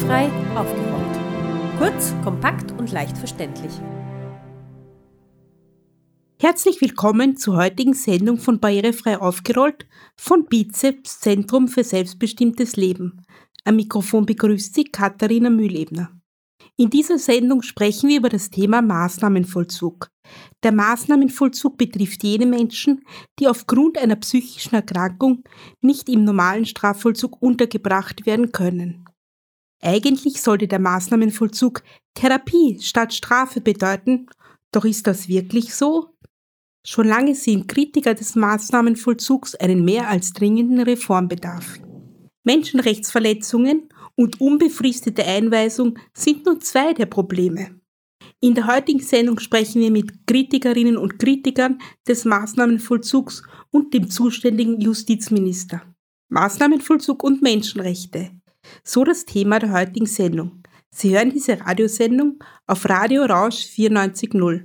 Barrierefrei aufgerollt. Kurz, kompakt und leicht verständlich. Herzlich willkommen zur heutigen Sendung von Barrierefrei aufgerollt von Bizeps Zentrum für selbstbestimmtes Leben. Am Mikrofon begrüßt Sie Katharina Mühlebner. In dieser Sendung sprechen wir über das Thema Maßnahmenvollzug. Der Maßnahmenvollzug betrifft jene Menschen, die aufgrund einer psychischen Erkrankung nicht im normalen Strafvollzug untergebracht werden können. Eigentlich sollte der Maßnahmenvollzug Therapie statt Strafe bedeuten, doch ist das wirklich so? Schon lange sehen Kritiker des Maßnahmenvollzugs einen mehr als dringenden Reformbedarf. Menschenrechtsverletzungen und unbefristete Einweisung sind nur zwei der Probleme. In der heutigen Sendung sprechen wir mit Kritikerinnen und Kritikern des Maßnahmenvollzugs und dem zuständigen Justizminister. Maßnahmenvollzug und Menschenrechte. So das Thema der heutigen Sendung. Sie hören diese Radiosendung auf Radio Rausch 94.0.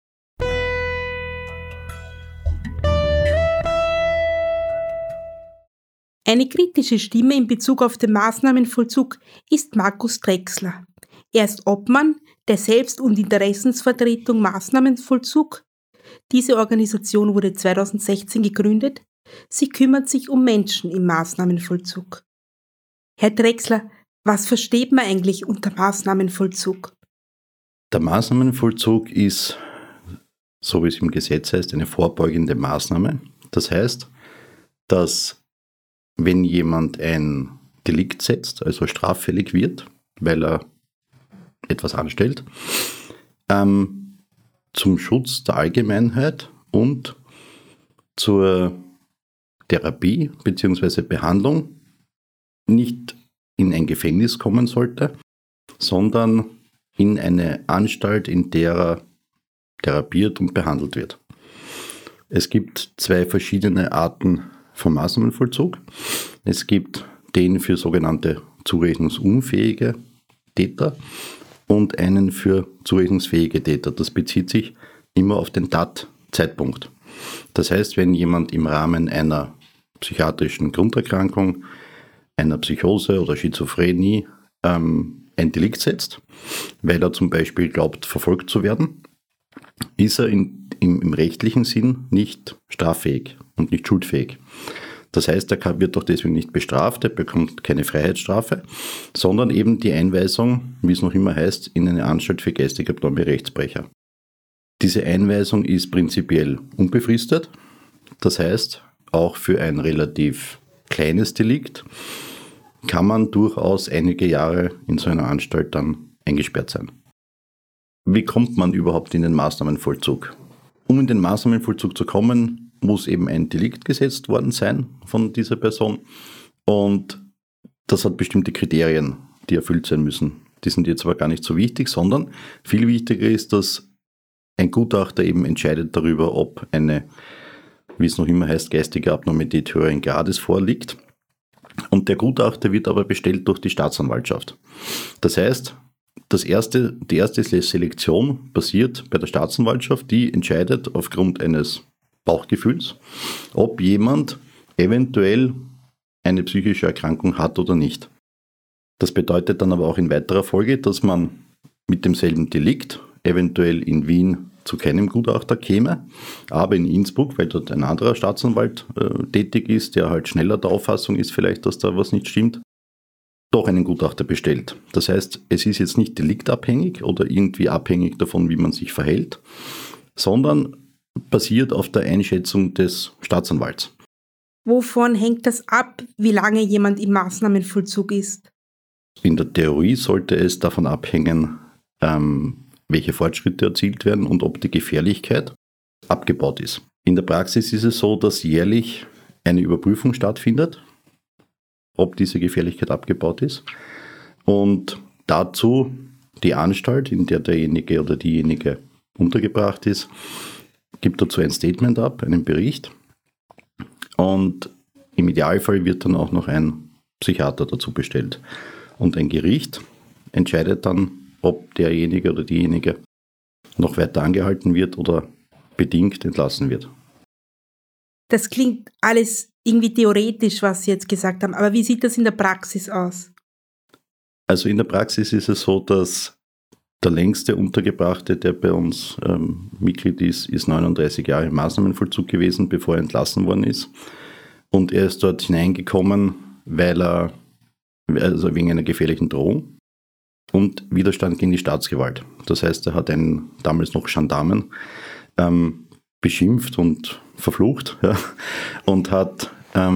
Eine kritische Stimme in Bezug auf den Maßnahmenvollzug ist Markus Drechsler. Er ist Obmann der Selbst- und Interessensvertretung Maßnahmenvollzug. Diese Organisation wurde 2016 gegründet. Sie kümmert sich um Menschen im Maßnahmenvollzug. Herr Drechsler, was versteht man eigentlich unter Maßnahmenvollzug? Der Maßnahmenvollzug ist, so wie es im Gesetz heißt, eine vorbeugende Maßnahme. Das heißt, dass wenn jemand ein Delikt setzt, also straffällig wird, weil er etwas anstellt, zum Schutz der Allgemeinheit und zur Therapie bzw. Behandlung nicht in ein Gefängnis kommen sollte, sondern in eine Anstalt, in der er therapiert und behandelt wird. Es gibt zwei verschiedene Arten vom Maßnahmenvollzug. Es gibt den für sogenannte zurechnungsunfähige Täter und einen für zurechnungsfähige Täter. Das bezieht sich immer auf den Tatzeitpunkt. Das heißt, wenn jemand im Rahmen einer psychiatrischen Grunderkrankung, einer Psychose oder Schizophrenie ein Delikt setzt, weil er zum Beispiel glaubt, verfolgt zu werden, ist er im rechtlichen Sinn nicht straffähig und nicht schuldfähig. Das heißt, er wird doch deswegen nicht bestraft, er bekommt keine Freiheitsstrafe, sondern eben die Einweisung, wie es noch immer heißt, in eine Anstalt für geistig abnorme Rechtsbrecher. Diese Einweisung ist prinzipiell unbefristet, das heißt, auch für ein relativ kleines Delikt kann man durchaus einige Jahre in so einer Anstalt dann eingesperrt sein. Wie kommt man überhaupt in den Maßnahmenvollzug? Um in den Maßnahmenvollzug zu kommen, muss eben ein Delikt gesetzt worden sein von dieser Person. Und das hat bestimmte Kriterien, die erfüllt sein müssen. Die sind jetzt aber gar nicht so wichtig, sondern viel wichtiger ist, dass ein Gutachter eben entscheidet darüber, ob eine, wie es noch immer heißt, geistige Abnormität höheren Grades vorliegt. Und der Gutachter wird aber bestellt durch die Staatsanwaltschaft. Das heißt, die erste Selektion passiert bei der Staatsanwaltschaft, die entscheidet aufgrund eines Bauchgefühls, ob jemand eventuell eine psychische Erkrankung hat oder nicht. Das bedeutet dann aber auch in weiterer Folge, dass man mit demselben Delikt eventuell in Wien zu keinem Gutachter käme, aber in Innsbruck, weil dort ein anderer Staatsanwalt tätig ist, der halt schneller der Auffassung ist vielleicht, dass da was nicht stimmt, doch einen Gutachter bestellt. Das heißt, es ist jetzt nicht deliktabhängig oder irgendwie abhängig davon, wie man sich verhält, sondern basiert auf der Einschätzung des Staatsanwalts. Wovon hängt das ab, wie lange jemand im Maßnahmenvollzug ist? In der Theorie sollte es davon abhängen, welche Fortschritte erzielt werden und ob die Gefährlichkeit abgebaut ist. In der Praxis ist es so, dass jährlich eine Überprüfung stattfindet, ob diese Gefährlichkeit abgebaut ist. Und dazu die Anstalt, in der derjenige oder diejenige untergebracht ist, gibt dazu ein Statement ab, einen Bericht. Und im Idealfall wird dann auch noch ein Psychiater dazu bestellt. Und ein Gericht entscheidet dann, ob derjenige oder diejenige noch weiter angehalten wird oder bedingt entlassen wird. Das klingt alles irgendwie theoretisch, was Sie jetzt gesagt haben, aber wie sieht das in der Praxis aus? Also in der Praxis ist es so, dass der längste Untergebrachte, der bei uns Mitglied ist, ist 39 Jahre im Maßnahmenvollzug gewesen, bevor er entlassen worden ist. Und er ist dort hineingekommen, also wegen einer gefährlichen Drohung und Widerstand gegen die Staatsgewalt. Das heißt, er hat einen damals noch Gendarmen beschimpft und verflucht, ja, und hat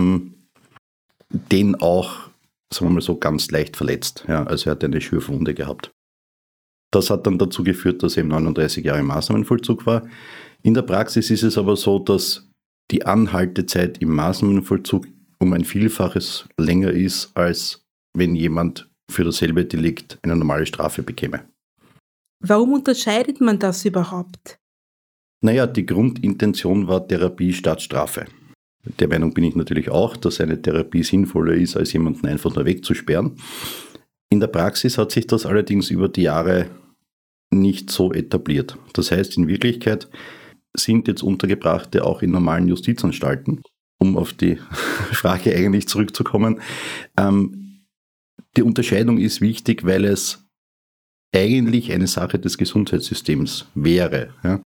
den auch, sagen wir mal so, ganz leicht verletzt. Ja, also er hat eine Schürfwunde gehabt. Das hat dann dazu geführt, dass er 39 Jahre im Maßnahmenvollzug war. In der Praxis ist es aber so, dass die Anhaltezeit im Maßnahmenvollzug um ein Vielfaches länger ist, als wenn jemand für dasselbe Delikt eine normale Strafe bekäme. Warum unterscheidet man das überhaupt? Naja, die Grundintention war Therapie statt Strafe. Der Meinung bin ich natürlich auch, dass eine Therapie sinnvoller ist, als jemanden einfach nur wegzusperren. In der Praxis hat sich das allerdings über die Jahre nicht so etabliert. Das heißt, in Wirklichkeit sind jetzt Untergebrachte auch in normalen Justizanstalten, um auf die Frage eigentlich zurückzukommen. Die Unterscheidung ist wichtig, weil es eigentlich eine Sache des Gesundheitssystems wäre. Ja.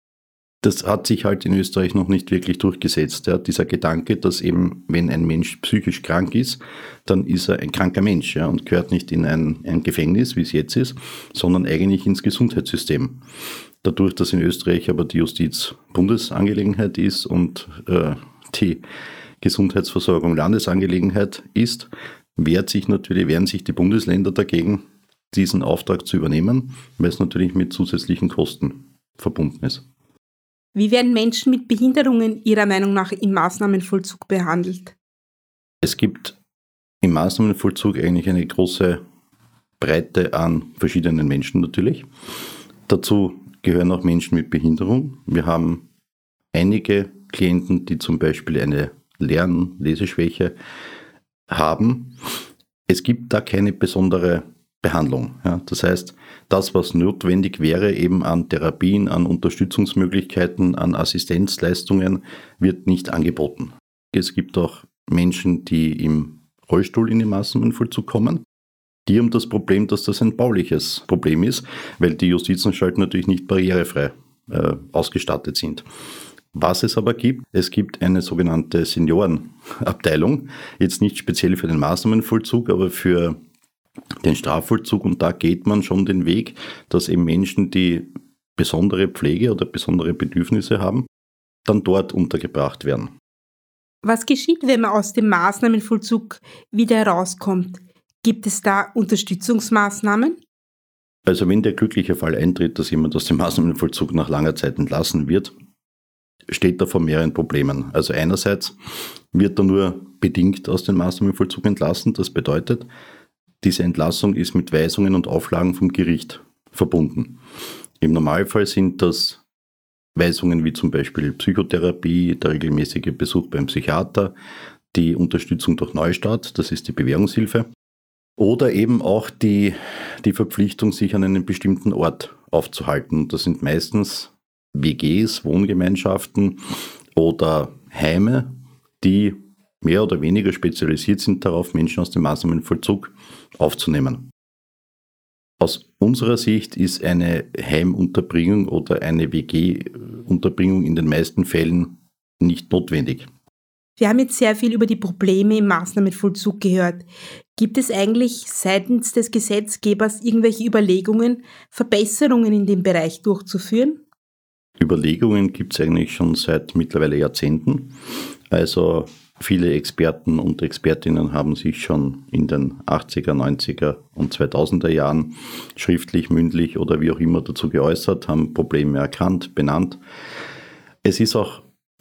Das hat sich halt in Österreich noch nicht wirklich durchgesetzt. Ja. Dieser Gedanke, dass eben, wenn ein Mensch psychisch krank ist, dann ist er ein kranker Mensch, ja, und gehört nicht in ein Gefängnis, wie es jetzt ist, sondern eigentlich ins Gesundheitssystem. Dadurch, dass in Österreich aber die Justiz Bundesangelegenheit ist und die Gesundheitsversorgung Landesangelegenheit ist, wehren sich die Bundesländer dagegen, diesen Auftrag zu übernehmen, weil es natürlich mit zusätzlichen Kosten verbunden ist. Wie werden Menschen mit Behinderungen Ihrer Meinung nach im Maßnahmenvollzug behandelt? Es gibt im Maßnahmenvollzug eigentlich eine große Breite an verschiedenen Menschen natürlich. Dazu gehören auch Menschen mit Behinderung. Wir haben einige Klienten, die zum Beispiel eine Leseschwäche haben. Es gibt da keine besondere Behandlung. Ja. Das heißt, das, was notwendig wäre, eben an Therapien, an Unterstützungsmöglichkeiten, an Assistenzleistungen, wird nicht angeboten. Es gibt auch Menschen, die im Rollstuhl in den Maßnahmenvollzug kommen. Die haben das Problem, dass das ein bauliches Problem ist, weil die Justizanstalten natürlich nicht barrierefrei ausgestattet sind. Was es aber gibt, es gibt eine sogenannte Seniorenabteilung, jetzt nicht speziell für den Maßnahmenvollzug, aber für den Strafvollzug, und da geht man schon den Weg, dass eben Menschen, die besondere Pflege oder besondere Bedürfnisse haben, dann dort untergebracht werden. Was geschieht, wenn man aus dem Maßnahmenvollzug wieder herauskommt? Gibt es da Unterstützungsmaßnahmen? Also wenn der glückliche Fall eintritt, dass jemand aus dem Maßnahmenvollzug nach langer Zeit entlassen wird, steht er vor mehreren Problemen. Also einerseits wird er nur bedingt aus dem Maßnahmenvollzug entlassen. Das bedeutet, diese Entlassung ist mit Weisungen und Auflagen vom Gericht verbunden. Im Normalfall sind das Weisungen wie zum Beispiel Psychotherapie, der regelmäßige Besuch beim Psychiater, die Unterstützung durch Neustart, das ist die Bewährungshilfe, oder eben auch die Verpflichtung, sich an einem bestimmten Ort aufzuhalten. Das sind meistens WGs, Wohngemeinschaften oder Heime, die mehr oder weniger spezialisiert sind darauf, Menschen aus dem Maßnahmenvollzug aufzunehmen. Aus unserer Sicht ist eine Heimunterbringung oder eine WG-Unterbringung in den meisten Fällen nicht notwendig. Wir haben jetzt sehr viel über die Probleme im Maßnahmenvollzug gehört. Gibt es eigentlich seitens des Gesetzgebers irgendwelche Überlegungen, Verbesserungen in dem Bereich durchzuführen? Überlegungen gibt es eigentlich schon seit mittlerweile Jahrzehnten. Also viele Experten und Expertinnen haben sich schon in den 80er, 90er und 2000er Jahren schriftlich, mündlich oder wie auch immer dazu geäußert, haben Probleme erkannt, benannt. Es ist auch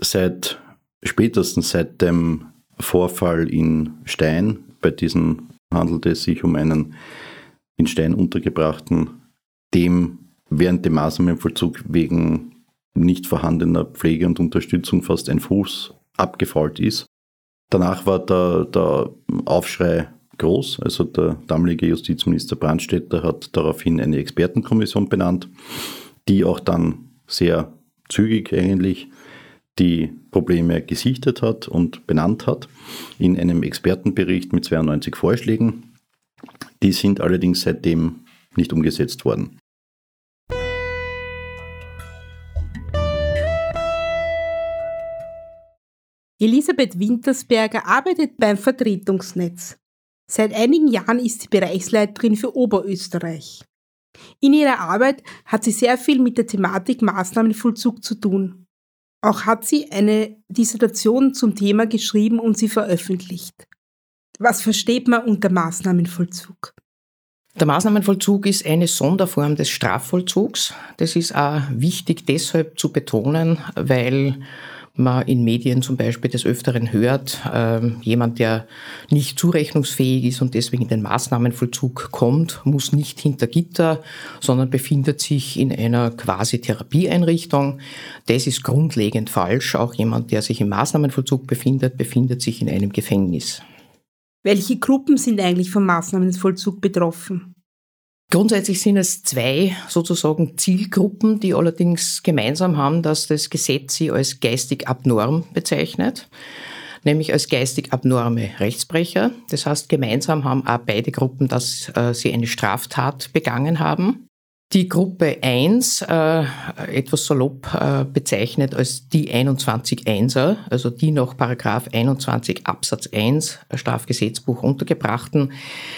spätestens seit dem Vorfall in Stein, bei diesem handelt es sich um einen in Stein untergebrachten, dem während dem Maßnahmenvollzug wegen nicht vorhandener Pflege und Unterstützung fast ein Fuß abgefault ist. Danach war der Aufschrei groß. Also der damalige Justizminister Brandstätter hat daraufhin eine Expertenkommission benannt, die auch dann sehr zügig eigentlich die Probleme gesichtet hat und benannt hat in einem Expertenbericht mit 92 Vorschlägen. Die sind allerdings seitdem nicht umgesetzt worden. Elisabeth Wintersberger arbeitet beim Vertretungsnetz. Seit einigen Jahren ist sie Bereichsleiterin für Oberösterreich. In ihrer Arbeit hat sie sehr viel mit der Thematik Maßnahmenvollzug zu tun. Auch hat sie eine Dissertation zum Thema geschrieben und sie veröffentlicht. Was versteht man unter Maßnahmenvollzug? Der Maßnahmenvollzug ist eine Sonderform des Strafvollzugs. Das ist auch wichtig deshalb zu betonen, weil man in Medien zum Beispiel des Öfteren hört, jemand, der nicht zurechnungsfähig ist und deswegen in den Maßnahmenvollzug kommt, muss nicht hinter Gitter, sondern befindet sich in einer quasi Therapieeinrichtung. Das ist grundlegend falsch. Auch jemand, der sich im Maßnahmenvollzug befindet sich in einem Gefängnis. Welche Gruppen sind eigentlich vom Maßnahmenvollzug betroffen? Grundsätzlich sind es zwei sozusagen Zielgruppen, die allerdings gemeinsam haben, dass das Gesetz sie als geistig abnorm bezeichnet, nämlich als geistig abnorme Rechtsbrecher. Das heißt, gemeinsam haben auch beide Gruppen, dass sie eine Straftat begangen haben. Die Gruppe 1, etwas salopp bezeichnet als die 21-1er, also die nach Paragraph 21 Absatz 1 Strafgesetzbuch untergebrachten,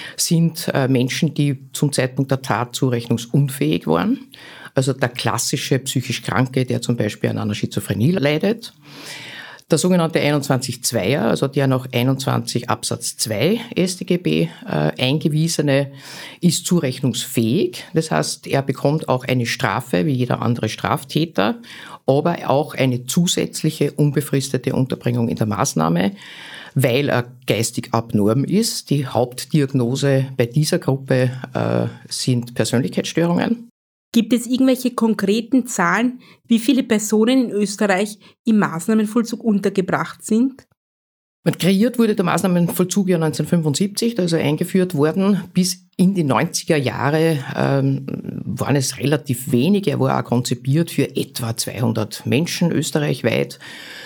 sind Menschen, die zum Zeitpunkt der Tat zurechnungsunfähig waren. Also der klassische psychisch Kranke, der zum Beispiel an einer Schizophrenie leidet. Der sogenannte 21-2er, also der nach 21 Absatz 2 StGB eingewiesene, ist zurechnungsfähig. Das heißt, er bekommt auch eine Strafe wie jeder andere Straftäter, aber auch eine zusätzliche unbefristete Unterbringung in der Maßnahme, weil er geistig abnorm ist. Die Hauptdiagnose bei dieser Gruppe sind Persönlichkeitsstörungen. Gibt es irgendwelche konkreten Zahlen, wie viele Personen in Österreich im Maßnahmenvollzug untergebracht sind? Kreiert wurde der Maßnahmenvollzug ja 1975, da ist er eingeführt worden. Bis in die 90er Jahre waren es relativ wenige. Er war auch konzipiert für etwa 200 Menschen österreichweit.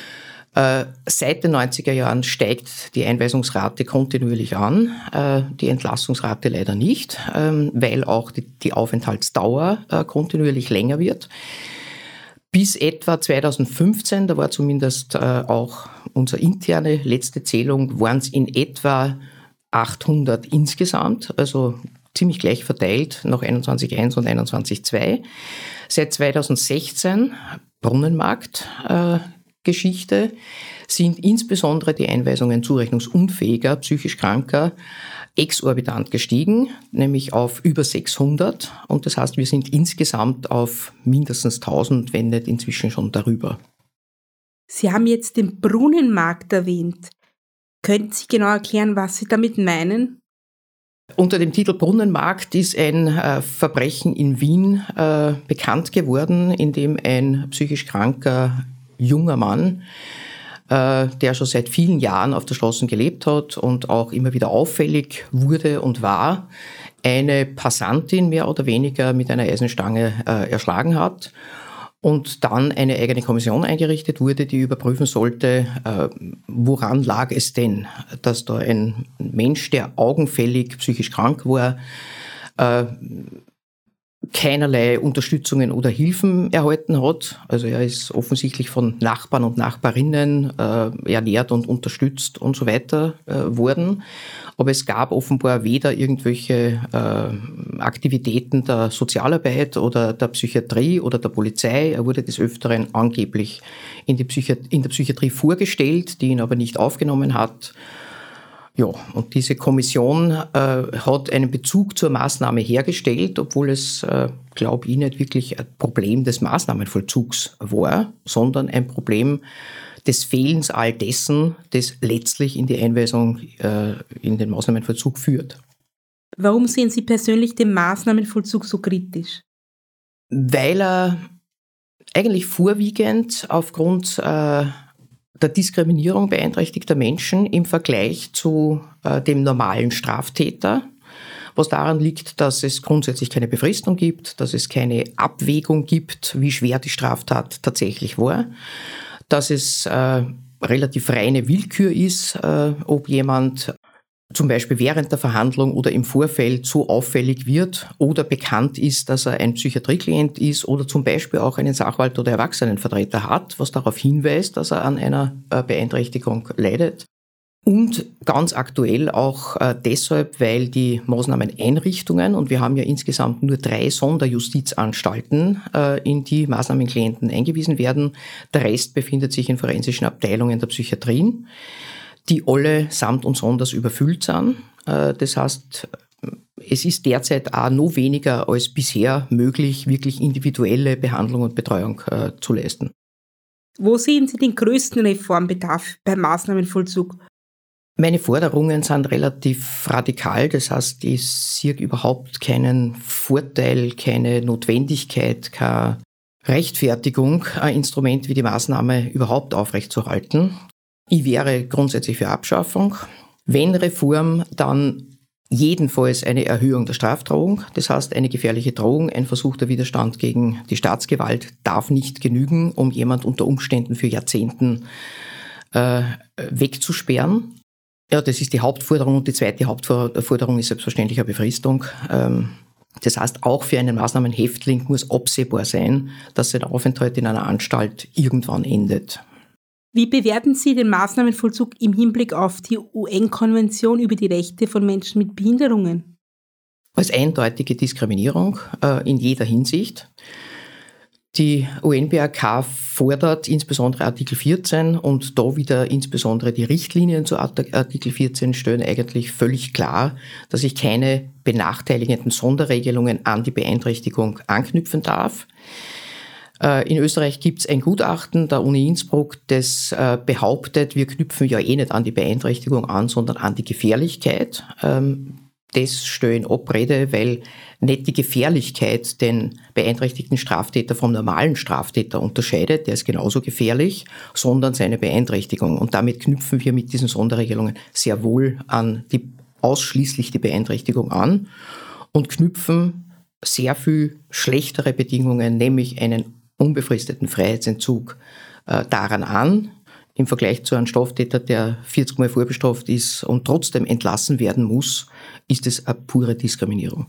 Seit den 90er Jahren steigt die Einweisungsrate kontinuierlich an, die Entlassungsrate leider nicht, weil auch die Aufenthaltsdauer kontinuierlich länger wird. Bis etwa 2015, da war zumindest auch unsere interne letzte Zählung, waren es in etwa 800 insgesamt, also ziemlich gleich verteilt nach 21.1 und 21.2. Seit 2016 Brunnenmarkt Geschichte sind insbesondere die Einweisungen zurechnungsunfähiger, psychisch Kranker exorbitant gestiegen, nämlich auf über 600. Und das heißt, wir sind insgesamt auf mindestens 1000, wenn nicht inzwischen schon darüber. Sie haben jetzt den Brunnenmarkt erwähnt. Könnten Sie genau erklären, was Sie damit meinen? Unter dem Titel Brunnenmarkt ist ein Verbrechen in Wien bekannt geworden, in dem ein psychisch kranker junger Mann, der schon seit vielen Jahren auf der Straße gelebt hat und auch immer wieder auffällig wurde und war, eine Passantin mehr oder weniger mit einer Eisenstange erschlagen hat und dann eine eigene Kommission eingerichtet wurde, die überprüfen sollte, woran lag es denn, dass da ein Mensch, der augenfällig psychisch krank war, keinerlei Unterstützungen oder Hilfen erhalten hat. Also er ist offensichtlich von Nachbarn und Nachbarinnen ernährt und unterstützt und so weiter worden. Aber es gab offenbar weder irgendwelche Aktivitäten der Sozialarbeit oder der Psychiatrie oder der Polizei. Er wurde des Öfteren angeblich in der Psychiatrie vorgestellt, die ihn aber nicht aufgenommen hat. Ja, und diese Kommission hat einen Bezug zur Maßnahme hergestellt, obwohl es, glaube ich, nicht wirklich ein Problem des Maßnahmenvollzugs war, sondern ein Problem des Fehlens all dessen, das letztlich in die Einweisung in den Maßnahmenvollzug führt. Warum sehen Sie persönlich den Maßnahmenvollzug so kritisch? Weil er eigentlich vorwiegend aufgrund der Diskriminierung beeinträchtigter Menschen im Vergleich zu dem normalen Straftäter, was daran liegt, dass es grundsätzlich keine Befristung gibt, dass es keine Abwägung gibt, wie schwer die Straftat tatsächlich war, dass es relativ reine Willkür ist, ob jemand zum Beispiel während der Verhandlung oder im Vorfeld so auffällig wird oder bekannt ist, dass er ein Psychiatrieklient ist oder zum Beispiel auch einen Sachwalt- oder Erwachsenenvertreter hat, was darauf hinweist, dass er an einer Beeinträchtigung leidet. Und ganz aktuell auch deshalb, weil die Maßnahmeneinrichtungen, und wir haben ja insgesamt nur 3 Sonderjustizanstalten, in die Maßnahmenklienten eingewiesen werden. Der Rest befindet sich in forensischen Abteilungen der Psychiatrien, die alle samt und sonders überfüllt sind. Das heißt, es ist derzeit auch noch weniger als bisher möglich, wirklich individuelle Behandlung und Betreuung zu leisten. Wo sehen Sie den größten Reformbedarf beim Maßnahmenvollzug? Meine Forderungen sind relativ radikal, das heißt, ich sehe überhaupt keinen Vorteil, keine Notwendigkeit, keine Rechtfertigung, ein Instrument wie die Maßnahme überhaupt aufrechtzuerhalten. Ich wäre grundsätzlich für Abschaffung. Wenn Reform, dann jedenfalls eine Erhöhung der Strafdrohung. Das heißt, eine gefährliche Drohung, ein versuchter Widerstand gegen die Staatsgewalt darf nicht genügen, um jemand unter Umständen für Jahrzehnten wegzusperren. Ja, das ist die Hauptforderung und die zweite Hauptforderung ist selbstverständlich eine Befristung. Das heißt, auch für einen Maßnahmenhäftling muss absehbar sein, dass sein Aufenthalt in einer Anstalt irgendwann endet. Wie bewerten Sie den Maßnahmenvollzug im Hinblick auf die UN-Konvention über die Rechte von Menschen mit Behinderungen? Als eindeutige Diskriminierung in jeder Hinsicht. Die UN-BRK fordert insbesondere Artikel 14 und da wieder insbesondere die Richtlinien zu Artikel 14 stellen eigentlich völlig klar, dass ich keine benachteiligenden Sonderregelungen an die Beeinträchtigung anknüpfen darf. In Österreich gibt es ein Gutachten der Uni Innsbruck, das behauptet, wir knüpfen ja eh nicht an die Beeinträchtigung an, sondern an die Gefährlichkeit. Das stelle ich in Abrede, weil nicht die Gefährlichkeit den beeinträchtigten Straftäter vom normalen Straftäter unterscheidet, der ist genauso gefährlich, sondern seine Beeinträchtigung. Und damit knüpfen wir mit diesen Sonderregelungen sehr wohl an ausschließlich die Beeinträchtigung an und knüpfen sehr viel schlechtere Bedingungen, nämlich einen unbefristeten Freiheitsentzug daran an. Im Vergleich zu einem Straftäter, der 40 Mal vorbestraft ist und trotzdem entlassen werden muss, ist es eine pure Diskriminierung.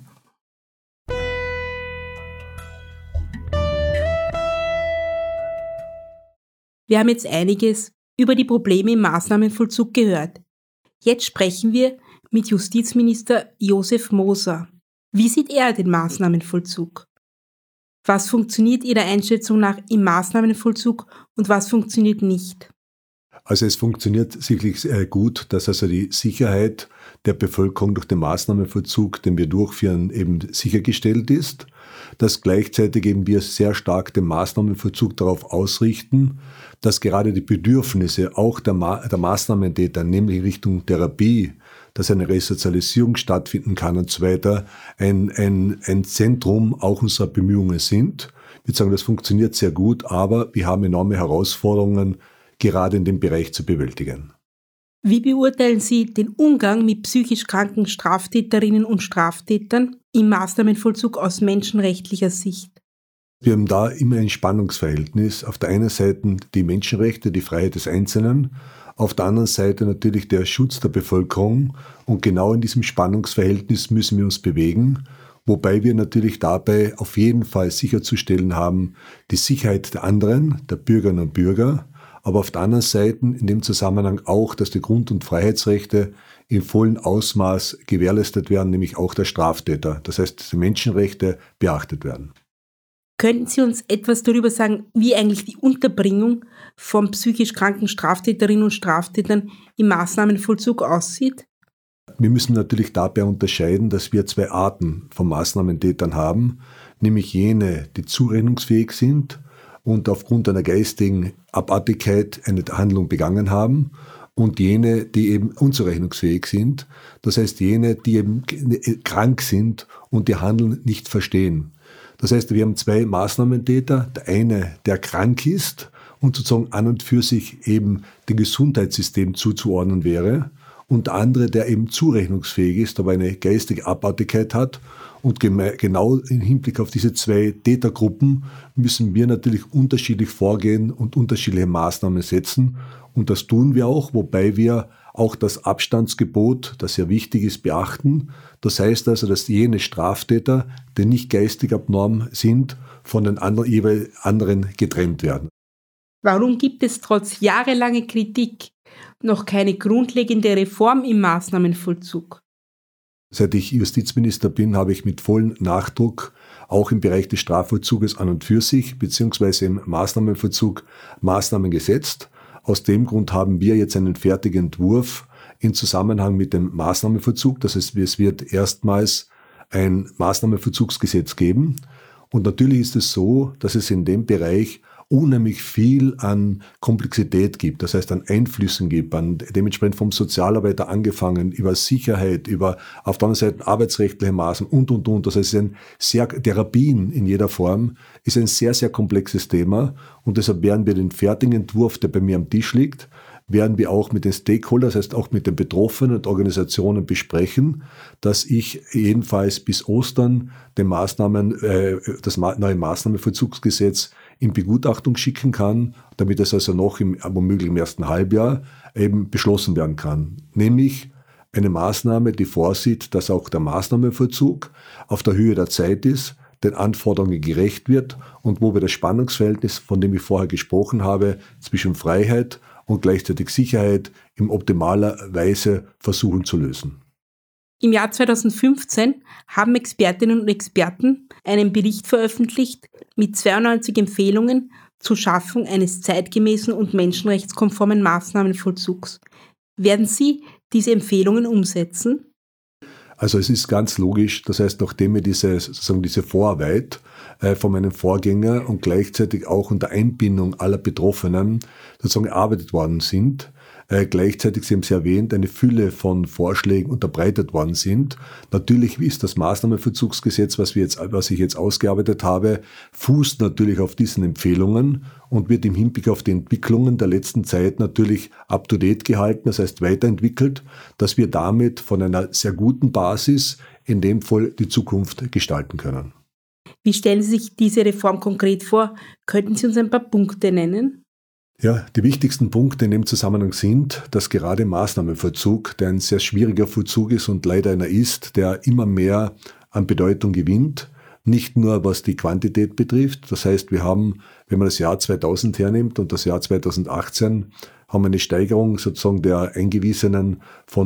Wir haben jetzt einiges über die Probleme im Maßnahmenvollzug gehört. Jetzt sprechen wir mit Justizminister Josef Moser. Wie sieht er den Maßnahmenvollzug? Was funktioniert Ihrer Einschätzung nach im Maßnahmenvollzug und was funktioniert nicht? Also es funktioniert sicherlich gut, dass also die Sicherheit der Bevölkerung durch den Maßnahmenvollzug, den wir durchführen, eben sichergestellt ist, dass gleichzeitig eben wir sehr stark den Maßnahmenvollzug darauf ausrichten, dass gerade die Bedürfnisse auch der Maßnahmentäter, nämlich in Richtung Therapie, dass eine Resozialisierung stattfinden kann und so weiter, ein Zentrum auch unserer Bemühungen sind. Ich würde sagen, das funktioniert sehr gut, aber wir haben enorme Herausforderungen, gerade in dem Bereich zu bewältigen. Wie beurteilen Sie den Umgang mit psychisch kranken Straftäterinnen und Straftätern im Maßnahmenvollzug aus menschenrechtlicher Sicht? Wir haben da immer ein Spannungsverhältnis. Auf der einen Seite die Menschenrechte, die Freiheit des Einzelnen, auf der anderen Seite natürlich der Schutz der Bevölkerung. Und genau in diesem Spannungsverhältnis müssen wir uns bewegen, wobei wir natürlich dabei auf jeden Fall sicherzustellen haben, die Sicherheit der anderen, der Bürgerinnen und Bürger, aber auf der anderen Seite in dem Zusammenhang auch, dass die Grund- und Freiheitsrechte in vollem Ausmaß gewährleistet werden, nämlich auch der Straftäter. Das heißt, dass die Menschenrechte beachtet werden. Könnten Sie uns etwas darüber sagen, wie eigentlich die Unterbringung von psychisch kranken Straftäterinnen und Straftätern im Maßnahmenvollzug aussieht? Wir müssen natürlich dabei unterscheiden, dass wir 2 Arten von Maßnahmentätern haben, nämlich jene, die zurechnungsfähig sind und aufgrund einer geistigen Abartigkeit eine Handlung begangen haben und jene, die eben unzurechnungsfähig sind. Das heißt, jene, die eben krank sind und ihr Handeln nicht verstehen. Das heißt, wir haben 2 Maßnahmentäter. Der eine, der krank ist und sozusagen an und für sich eben dem Gesundheitssystem zuzuordnen wäre. und der andere, der eben zurechnungsfähig ist, aber eine geistige Abartigkeit hat. Und genau im Hinblick auf diese zwei Tätergruppen müssen wir natürlich unterschiedlich vorgehen und unterschiedliche Maßnahmen setzen. Und das tun wir auch, wobei wir auch das Abstandsgebot, das sehr wichtig ist, beachten. Das heißt also, dass jene Straftäter, die nicht geistig abnorm sind, von den jeweils anderen getrennt werden. Warum gibt es trotz jahrelanger Kritik noch keine grundlegende Reform im Maßnahmenvollzug? Seit ich Justizminister bin, habe ich mit vollem Nachdruck auch im Bereich des Strafvollzuges an und für sich, beziehungsweise im Maßnahmenvollzug Maßnahmen gesetzt. Aus dem Grund haben wir jetzt einen fertigen Entwurf in Zusammenhang mit dem Maßnahmenvollzug. Das heißt, es wird erstmals ein Maßnahmenvollzugsgesetz geben. Und natürlich ist es so, dass es in dem Bereich unheimlich viel an Komplexität gibt, das heißt an Einflüssen gibt, dementsprechend vom Sozialarbeiter angefangen, über Sicherheit, über auf der anderen Seite arbeitsrechtliche Maßnahmen und. Das heißt, Therapien in jeder Form ist ein sehr, sehr komplexes Thema und deshalb werden wir den fertigen Entwurf, der bei mir am Tisch liegt, werden wir auch mit den Stakeholdern, das heißt auch mit den Betroffenen und Organisationen besprechen, dass ich jedenfalls bis Ostern das neue Maßnahmenvollzugsgesetz in Begutachtung schicken kann, damit es also noch womöglich im ersten Halbjahr eben beschlossen werden kann. Nämlich eine Maßnahme, die vorsieht, dass auch der Maßnahmenvollzug auf der Höhe der Zeit ist, den Anforderungen gerecht wird und wo wir das Spannungsverhältnis, von dem ich vorher gesprochen habe, zwischen Freiheit und gleichzeitig Sicherheit in optimaler Weise versuchen zu lösen. Im Jahr 2015 haben Expertinnen und Experten einen Bericht veröffentlicht mit 92 Empfehlungen zur Schaffung eines zeitgemäßen und menschenrechtskonformen Maßnahmenvollzugs. Werden Sie diese Empfehlungen umsetzen? Also es ist ganz logisch, das heißt, nachdem wir diese Vorarbeit von meinem Vorgänger und gleichzeitig auch unter Einbindung aller Betroffenen sozusagen erarbeitet worden sind, gleichzeitig, Sie haben es erwähnt, eine Fülle von Vorschlägen unterbreitet worden sind. Natürlich ist das Maßnahmenvollzugsgesetz, was ich jetzt ausgearbeitet habe, fußt natürlich auf diesen Empfehlungen und wird im Hinblick auf die Entwicklungen der letzten Zeit natürlich up-to-date gehalten, das heißt weiterentwickelt, dass wir damit von einer sehr guten Basis in dem Fall die Zukunft gestalten können. Wie stellen Sie sich diese Reform konkret vor? Könnten Sie uns ein paar Punkte nennen? Ja, die wichtigsten Punkte in dem Zusammenhang sind, dass gerade im Maßnahmenvollzug, der ein sehr schwieriger Vollzug ist und leider einer ist, der immer mehr an Bedeutung gewinnt, nicht nur was die Quantität betrifft. Das heißt, wir haben, wenn man das Jahr 2000 hernimmt und das Jahr 2018, haben wir eine Steigerung sozusagen der Eingewiesenen von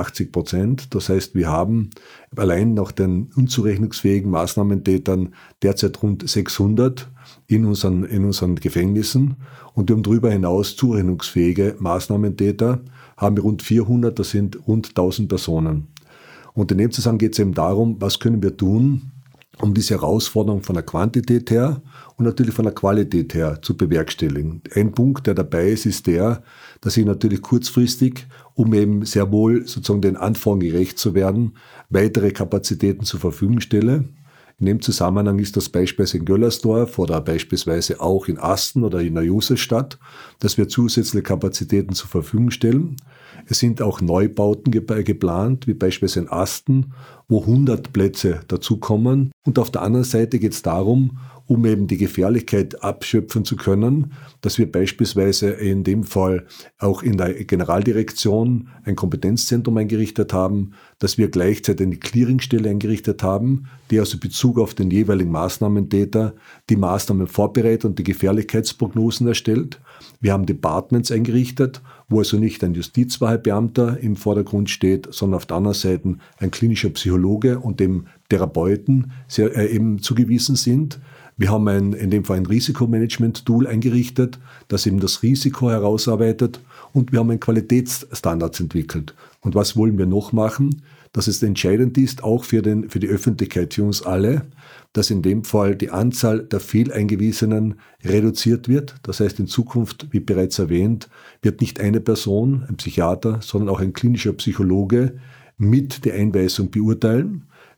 380%. Das heißt, wir haben allein nach den unzurechnungsfähigen Maßnahmentätern derzeit rund 600 in unseren Gefängnissen und wir haben darüber hinaus zurechnungsfähige Maßnahmentäter, haben wir rund 400, das sind rund 1000 Personen. Und in dem Zusammenhang geht es eben darum, was können wir tun, um diese Herausforderung von der Quantität her und natürlich von der Qualität her zu bewerkstelligen. Ein Punkt, der dabei ist der, dass ich natürlich kurzfristig, um eben sehr wohl sozusagen den Anforderungen gerecht zu werden, weitere Kapazitäten zur Verfügung stelle. In dem Zusammenhang ist das beispielsweise in Göllersdorf oder beispielsweise auch in Asten oder in der Josefstadt, dass wir zusätzliche Kapazitäten zur Verfügung stellen. Es sind auch Neubauten geplant, wie beispielsweise in Asten, wo 100 Plätze dazukommen. Und auf der anderen Seite geht es darum, um eben die Gefährlichkeit abschöpfen zu können, dass wir beispielsweise in dem Fall auch in der Generaldirektion ein Kompetenzzentrum eingerichtet haben, dass wir gleichzeitig eine Clearingstelle eingerichtet haben, die also Bezug auf den jeweiligen Maßnahmentäter die Maßnahmen vorbereitet und die Gefährlichkeitsprognosen erstellt. Wir haben Departments eingerichtet, wo also nicht ein Justizwahlbeamter im Vordergrund steht, sondern auf der anderen Seite ein klinischer Psychologe und dem Therapeuten eben zugewiesen sind. Wir haben in dem Fall ein Risikomanagement-Tool eingerichtet, das eben das Risiko herausarbeitet und wir haben einen Qualitätsstandards entwickelt. Und was wollen wir noch machen? Dass es entscheidend ist, auch für die Öffentlichkeit, für uns alle, dass in dem Fall die Anzahl der Fehleingewiesenen reduziert wird. Das heißt, in Zukunft, wie bereits erwähnt, wird nicht eine Person, ein Psychiater, sondern auch ein klinischer Psychologe mit der Einweisung beurteilen.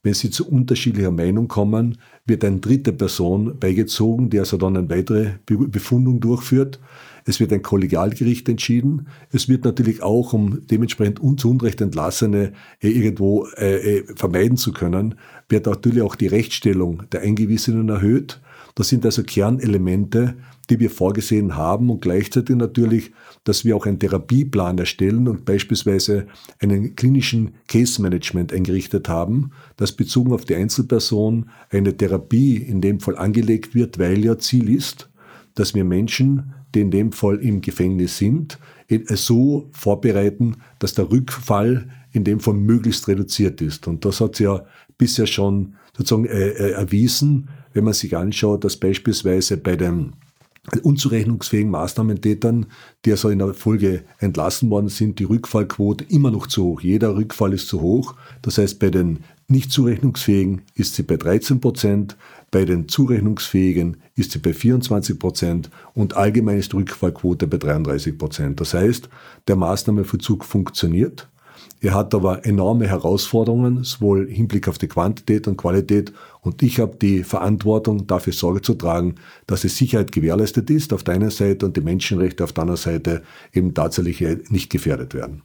wenn sie zu unterschiedlicher Meinung kommen, wird eine dritte Person beigezogen, die also dann eine weitere Befundung durchführt. Es wird ein Kollegialgericht entschieden. Es wird natürlich auch, um dementsprechend zu Unrecht Entlassene irgendwo vermeiden zu können, wird natürlich auch die Rechtsstellung der Eingewiesenen erhöht. Das sind also Kernelemente, die wir vorgesehen haben und gleichzeitig natürlich, dass wir auch einen Therapieplan erstellen und beispielsweise einen klinischen Case Management eingerichtet haben, dass bezogen auf die Einzelperson eine Therapie in dem Fall angelegt wird, weil ja Ziel ist, dass wir Menschen, die in dem Fall im Gefängnis sind, so vorbereiten, dass der Rückfall in dem Fall möglichst reduziert ist. Und das hat sich ja bisher schon sozusagen erwiesen, wenn man sich anschaut, dass beispielsweise bei den unzurechnungsfähigen Maßnahmentätern, die also in der Folge entlassen worden sind, die Rückfallquote immer noch zu hoch. Jeder Rückfall ist zu hoch. Das heißt, bei den nicht zurechnungsfähigen ist sie bei 13%, bei den zurechnungsfähigen ist sie bei 24% und allgemein ist die Rückfallquote bei 33%. Das heißt, der Maßnahmenvollzug funktioniert. Er hat aber enorme Herausforderungen, sowohl im Hinblick auf die Quantität und Qualität. Und ich habe die Verantwortung, dafür Sorge zu tragen, dass die Sicherheit gewährleistet ist auf der einen Seite und die Menschenrechte auf der anderen Seite eben tatsächlich nicht gefährdet werden.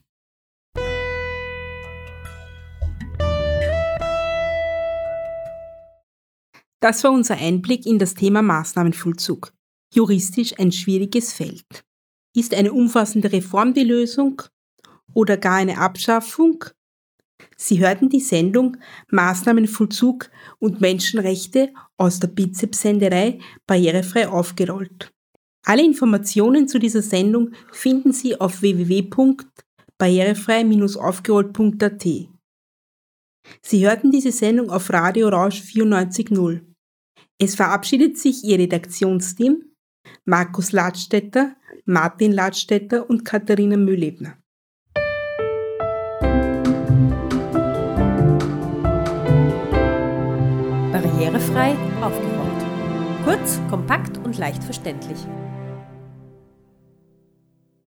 Das war unser Einblick in das Thema Maßnahmenvollzug. Juristisch ein schwieriges Feld. Ist eine umfassende Reform die Lösung oder gar eine Abschaffung? Sie hörten die Sendung Maßnahmenvollzug und Menschenrechte aus der Bizeps-Senderei Barrierefrei aufgerollt. Alle Informationen zu dieser Sendung finden Sie auf www.barrierefrei-aufgerollt.at. Sie hörten diese Sendung auf Radio Rausch 94.0. Es verabschiedet sich Ihr Redaktionsteam Markus Ladstätter, Martin Ladstätter und Katharina Mühlebner. Barrierefrei aufgerollt. Kurz, kompakt und leicht verständlich.